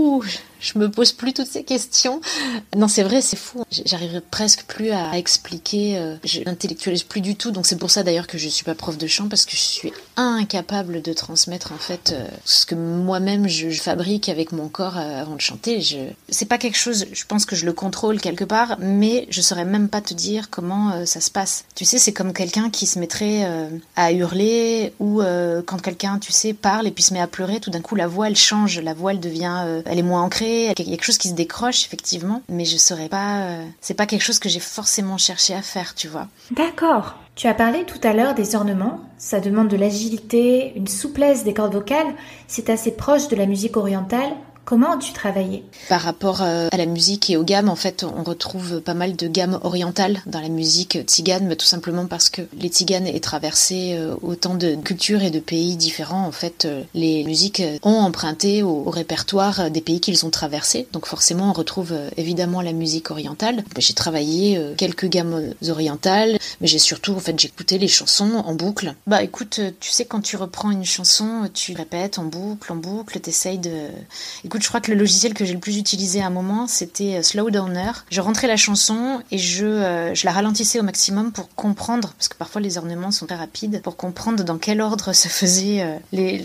Je me pose plus toutes ces questions. Non, c'est vrai, c'est fou. J'arriverai presque plus à expliquer. Je n'intellectualise plus du tout. Donc c'est pour ça d'ailleurs que je suis pas prof de chant, parce que je suis incapable de transmettre en fait ce que moi-même je fabrique avec mon corps avant de chanter. C'est pas quelque chose. Je pense que je le contrôle quelque part, mais je saurais même pas te dire comment ça se passe. Tu sais, c'est comme quelqu'un qui se mettrait à hurler ou quand quelqu'un, tu sais, parle et puis se met à pleurer. Tout d'un coup, la voix elle change. La voix elle devient, elle est moins ancrée. Il y a quelque chose qui se décroche, effectivement, mais je saurais pas... c'est pas quelque chose que j'ai forcément cherché à faire, tu vois. D'accord. Tu as parlé tout à l'heure des ornements. Ça demande de l'agilité, une souplesse des cordes vocales. C'est assez proche de la musique orientale. Comment as-tu travaillé ? Par rapport à la musique et aux gammes, en fait, on retrouve pas mal de gammes orientales dans la musique tzigane, mais tout simplement parce que les tziganes aient traversé autant de cultures et de pays différents. En fait, les musiques ont emprunté au répertoire des pays qu'ils ont traversés. Donc forcément, on retrouve évidemment la musique orientale. J'ai travaillé quelques gammes orientales, mais j'ai surtout, en fait, j'écoutais les chansons en boucle. Bah écoute, tu sais, quand tu reprends une chanson, tu répètes en boucle, t'essayes de... Écoute, je crois que le logiciel que j'ai le plus utilisé à un moment, c'était Slowdowner. Je rentrais la chanson et je la ralentissais au maximum pour comprendre, parce que parfois les ornements sont très rapides, pour comprendre dans quel ordre se faisaient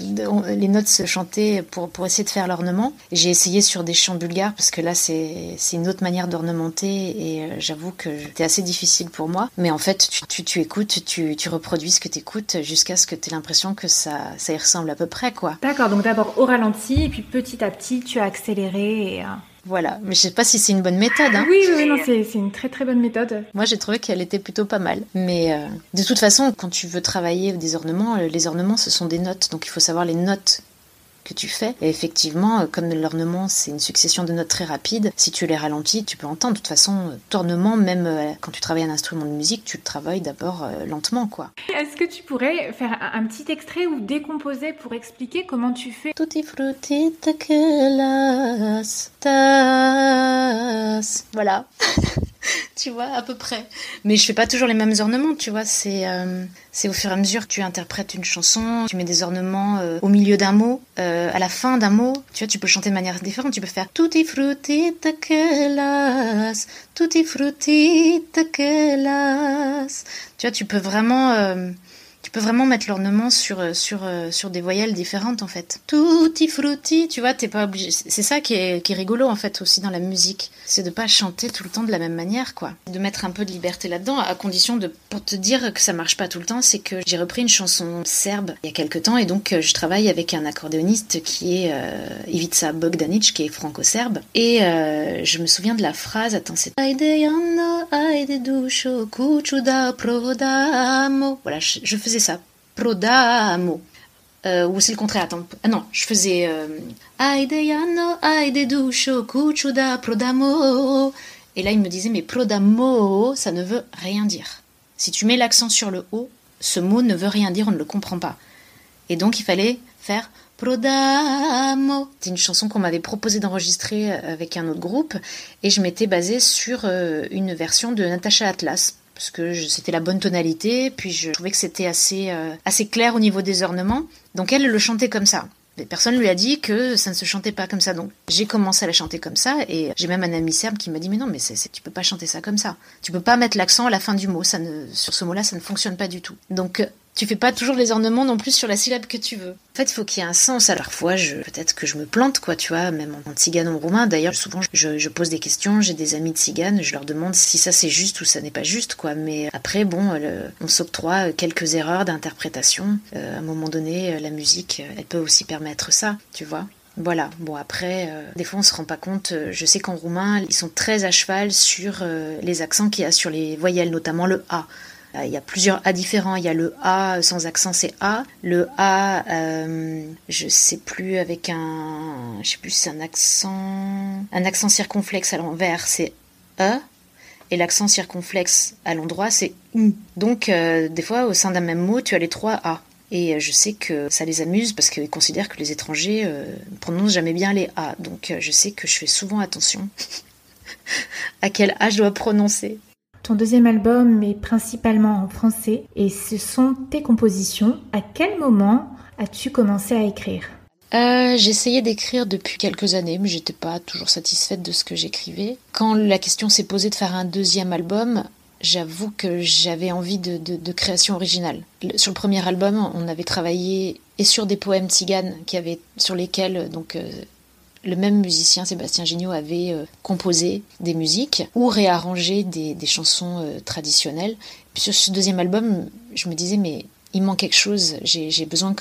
les notes se chantaient pour essayer de faire l'ornement. J'ai essayé sur des chants bulgares, parce que là, c'est une autre manière d'ornementer et j'avoue que c'était assez difficile pour moi. Mais en fait, tu écoutes, tu reproduis ce que tu écoutes jusqu'à ce que tu aies l'impression que ça y ressemble à peu près, quoi. D'accord, donc d'abord au ralenti et puis petit à petit, tu as accéléré et... Voilà, mais je sais pas si c'est une bonne méthode. Hein. Oui, non, c'est une très très bonne méthode. Moi, j'ai trouvé qu'elle était plutôt pas mal. Mais de toute façon, quand tu veux travailler des ornements, les ornements, ce sont des notes. Donc il faut savoir les notes que tu fais. Et effectivement, comme l'ornement, c'est une succession de notes très rapides, si tu les ralentis, tu peux entendre. De toute façon, ornement, même quand tu travailles un instrument de musique, tu le travailles d'abord lentement, quoi. Est-ce que tu pourrais faire un petit extrait ou décomposer pour expliquer comment tu fais ? Tutti frutti tequelas, tas. Voilà. Tu vois, à peu près. Mais je fais pas toujours les mêmes ornements, tu vois. C'est au fur et à mesure que tu interprètes une chanson, tu mets des ornements au milieu d'un mot, à la fin d'un mot. Tu vois, tu peux chanter de manière différente. Tu peux faire Tutti frutti tequelas, tutti frutti tequelas. Tu vois, tu peux vraiment mettre l'ornement sur des voyelles différentes, en fait. Tutti frutti, tu vois, t'es pas obligé. C'est ça qui est rigolo, en fait, aussi dans la musique. C'est de pas chanter tout le temps de la même manière, quoi. De mettre un peu de liberté là-dedans, à condition pour te dire que ça marche pas tout le temps, c'est que j'ai repris une chanson serbe il y a quelques temps, et donc je travaille avec un accordéoniste qui est Ivica Bogdanic, qui est franco-serbe. Et je me souviens de la phrase, attends, c'est Ajde Jano, ajde dušo, kuću da prodamo. Voilà, je faisais ça. Prodamo. Ou c'est le contraire, attends. Ah non, je faisais Ajde Jano, ajde dušo, kuću da prodamo. Et là, il me disait, mais prodamo, ça ne veut rien dire. Si tu mets l'accent sur le O, ce mot ne veut rien dire, on ne le comprend pas. Et donc, il fallait faire Prodamo. C'est une chanson qu'on m'avait proposé d'enregistrer avec un autre groupe et je m'étais basée sur une version de Natacha Atlas parce que c'était la bonne tonalité, puis je trouvais que c'était assez clair au niveau des ornements. Donc elle le chantait comme ça. Mais personne lui a dit que ça ne se chantait pas comme ça. Donc j'ai commencé à la chanter comme ça et j'ai même un ami serbe qui m'a dit mais non, mais tu peux pas chanter ça comme ça. Tu peux pas mettre l'accent à la fin du mot. Sur ce mot-là, ça ne fonctionne pas du tout. Donc tu fais pas toujours les ornements non plus sur la syllabe que tu veux. En fait, il faut qu'il y ait un sens. Alors, parfois, peut-être que je me plante, quoi, tu vois, même en tzigane ou en roumain. D'ailleurs, souvent, je pose des questions, j'ai des amis tziganes, je leur demande si ça c'est juste ou ça n'est pas juste, quoi. Mais après, bon, on s'octroie quelques erreurs d'interprétation. À un moment donné, la musique, elle peut aussi permettre ça, tu vois. Voilà, bon après, des fois on se rend pas compte, je sais qu'en roumain, ils sont très à cheval sur les accents qu'il y a sur les voyelles, notamment le A. Il y a plusieurs A différents, il y a le A sans accent, c'est A. Le A, je sais plus, avec je sais plus si c'est un accent circonflexe à l'envers, c'est E. et l'accent circonflexe à l'endroit, c'est Donc, des fois, au sein d'un même mot, tu as les 3 A. Et je sais que ça les amuse parce qu'ils considèrent que les étrangers ne prononcent jamais bien les A. Donc, je sais que je fais souvent attention à quel A je dois prononcer. Ton deuxième album est principalement en français et ce sont tes compositions. À quel moment as-tu commencé à écrire ? J'essayais d'écrire depuis quelques années, mais j'étais pas toujours satisfaite de ce que j'écrivais. Quand la question s'est posée de faire un deuxième album, j'avoue que j'avais envie de création originale. Sur le premier album, on avait travaillé et sur des poèmes tziganes sur lesquels le même musicien, Sébastien Gignot, avait composé des musiques ou réarrangé des chansons traditionnelles. Puis sur ce deuxième album, je me disais, mais il manque quelque chose, j'ai besoin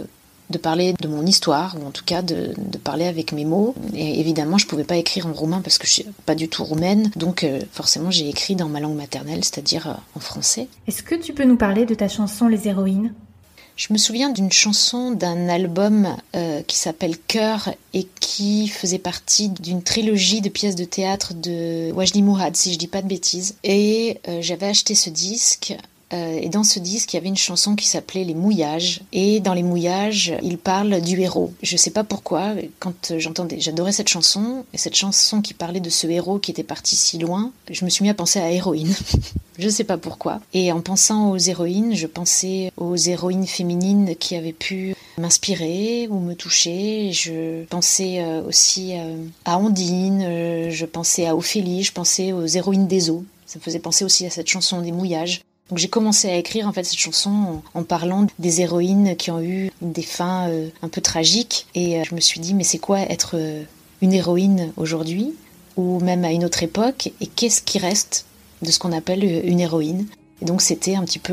de parler de mon histoire, ou en tout cas de parler avec mes mots. Et évidemment, je ne pouvais pas écrire en roumain parce que je ne suis pas du tout roumaine, donc forcément j'ai écrit dans ma langue maternelle, c'est-à-dire en français. Est-ce que tu peux nous parler de ta chanson Les Héroïnes ? Je me souviens d'une chanson d'un album qui s'appelle Cœur et qui faisait partie d'une trilogie de pièces de théâtre de Wajdi Mourad, si je dis pas de bêtises. Et j'avais acheté ce disque. Et dans ce disque, il y avait une chanson qui s'appelait Les Mouillages. Et dans Les Mouillages, il parle du héros. Je sais pas pourquoi, quand j'adorais cette chanson, et cette chanson qui parlait de ce héros qui était parti si loin, je me suis mis à penser à héroïne. Je sais pas pourquoi. Et en pensant aux héroïnes, je pensais aux héroïnes féminines qui avaient pu m'inspirer ou me toucher. Je pensais aussi à Ondine, je pensais à Ophélie, je pensais aux héroïnes des eaux. Ça me faisait penser aussi à cette chanson des Mouillages. Donc j'ai commencé à écrire en fait cette chanson en parlant des héroïnes qui ont eu des fins un peu tragiques. Et je me suis dit, mais c'est quoi être une héroïne aujourd'hui ou même à une autre époque, et qu'est-ce qui reste de ce qu'on appelle une héroïne? Et donc c'était un petit peu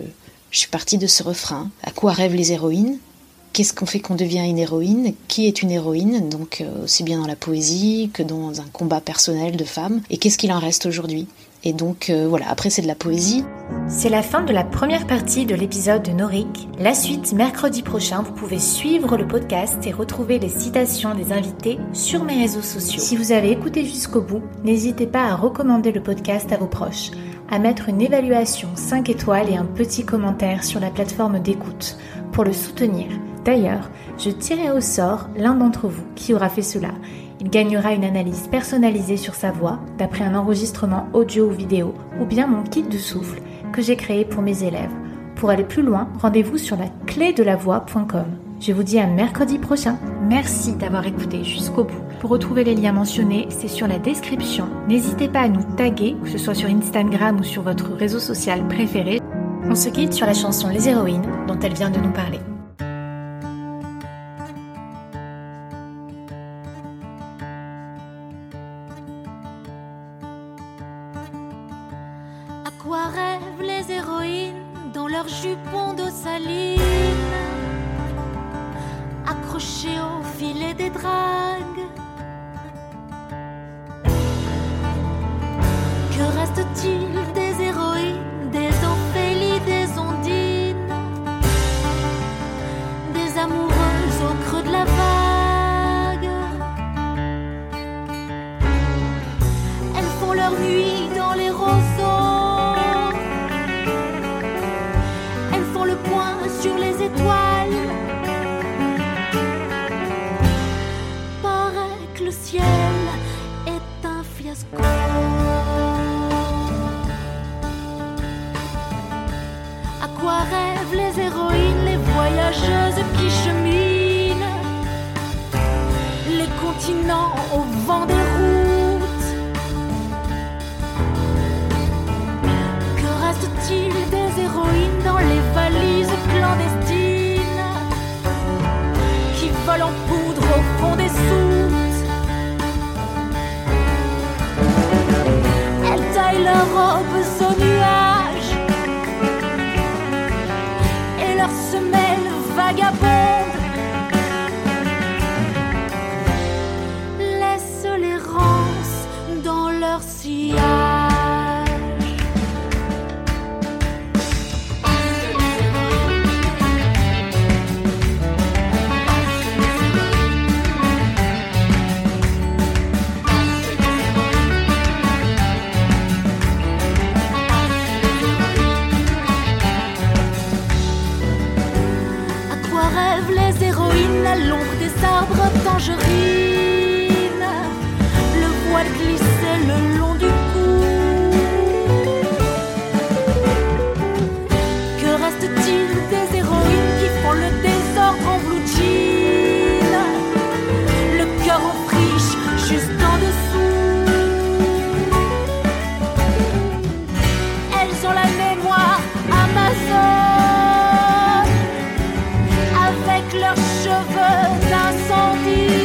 je suis partie de ce refrain. À quoi rêvent les héroïnes? Qu'est-ce qu'on fait qu'on devient une héroïne? Qui est une héroïne? Donc aussi bien dans la poésie que dans un combat personnel de femme. Et qu'est-ce qu'il en reste aujourd'hui? Et donc voilà, après c'est de la poésie. C'est la fin de la première partie de l'épisode de Norik. La suite, mercredi prochain, vous pouvez suivre le podcast et retrouver les citations des invités sur mes réseaux sociaux. Si vous avez écouté jusqu'au bout, n'hésitez pas à recommander le podcast à vos proches, à mettre une évaluation 5 étoiles et un petit commentaire sur la plateforme d'écoute pour le soutenir. D'ailleurs, je tirerai au sort l'un d'entre vous qui aura fait cela. Il gagnera une analyse personnalisée sur sa voix, d'après un enregistrement audio ou vidéo, ou bien mon kit de souffle que j'ai créé pour mes élèves. Pour aller plus loin, rendez-vous sur laclédelavoix.com. Je vous dis à mercredi prochain. Merci d'avoir écouté jusqu'au bout. Pour retrouver les liens mentionnés, c'est sur la description. N'hésitez pas à nous taguer, que ce soit sur Instagram ou sur votre réseau social préféré. On se quitte sur la chanson Les Héroïnes, dont elle vient de nous parler. À quoi rêvent les héroïnes dans leurs jupons d'ossaline, accrochées au filet des dragues? Que reste-t-il des héroïnes, des Ophélie, des Ondines, des amoureuses au creux de la vague? Elles font leur nuit dans les roseaux, sur les étoiles. Paraît que le ciel est un fiasco. À quoi rêvent les héroïnes, les voyageuses qui cheminent les continents au vent des routes? Que reste-t-il des héroïnes dans les valises clandestines qui volent en poudre au fond des soutes? Elles taillent leurs robes aux nuages et leurs semelles vagabondes laissent l'errance dans leur sillage. margarine, le voile glissait le long du cou. Que reste-t-il des héroïnes qui font le désordre en blue jean, le cœur en friche juste en dessous? Elles ont la mémoire amazone, avec leurs cheveux d'incendie.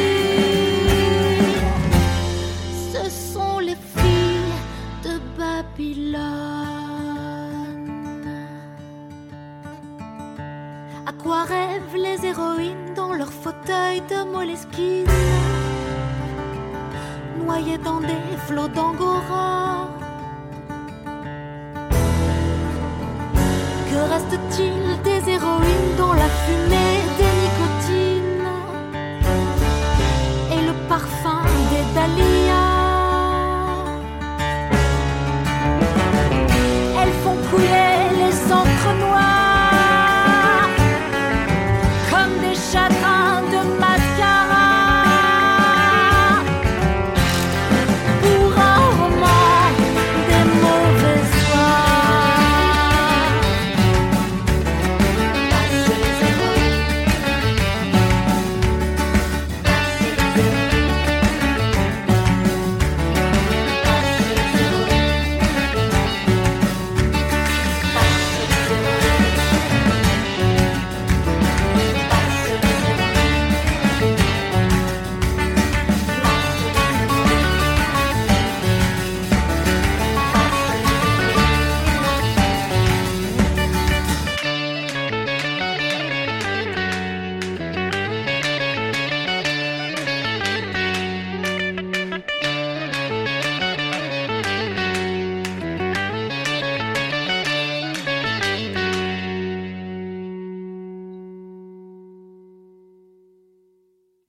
Ce sont les filles de Babylone. À quoi rêvent les héroïnes dans leur fauteuil de Moleskine, noyées dans des flots d'angora? Que reste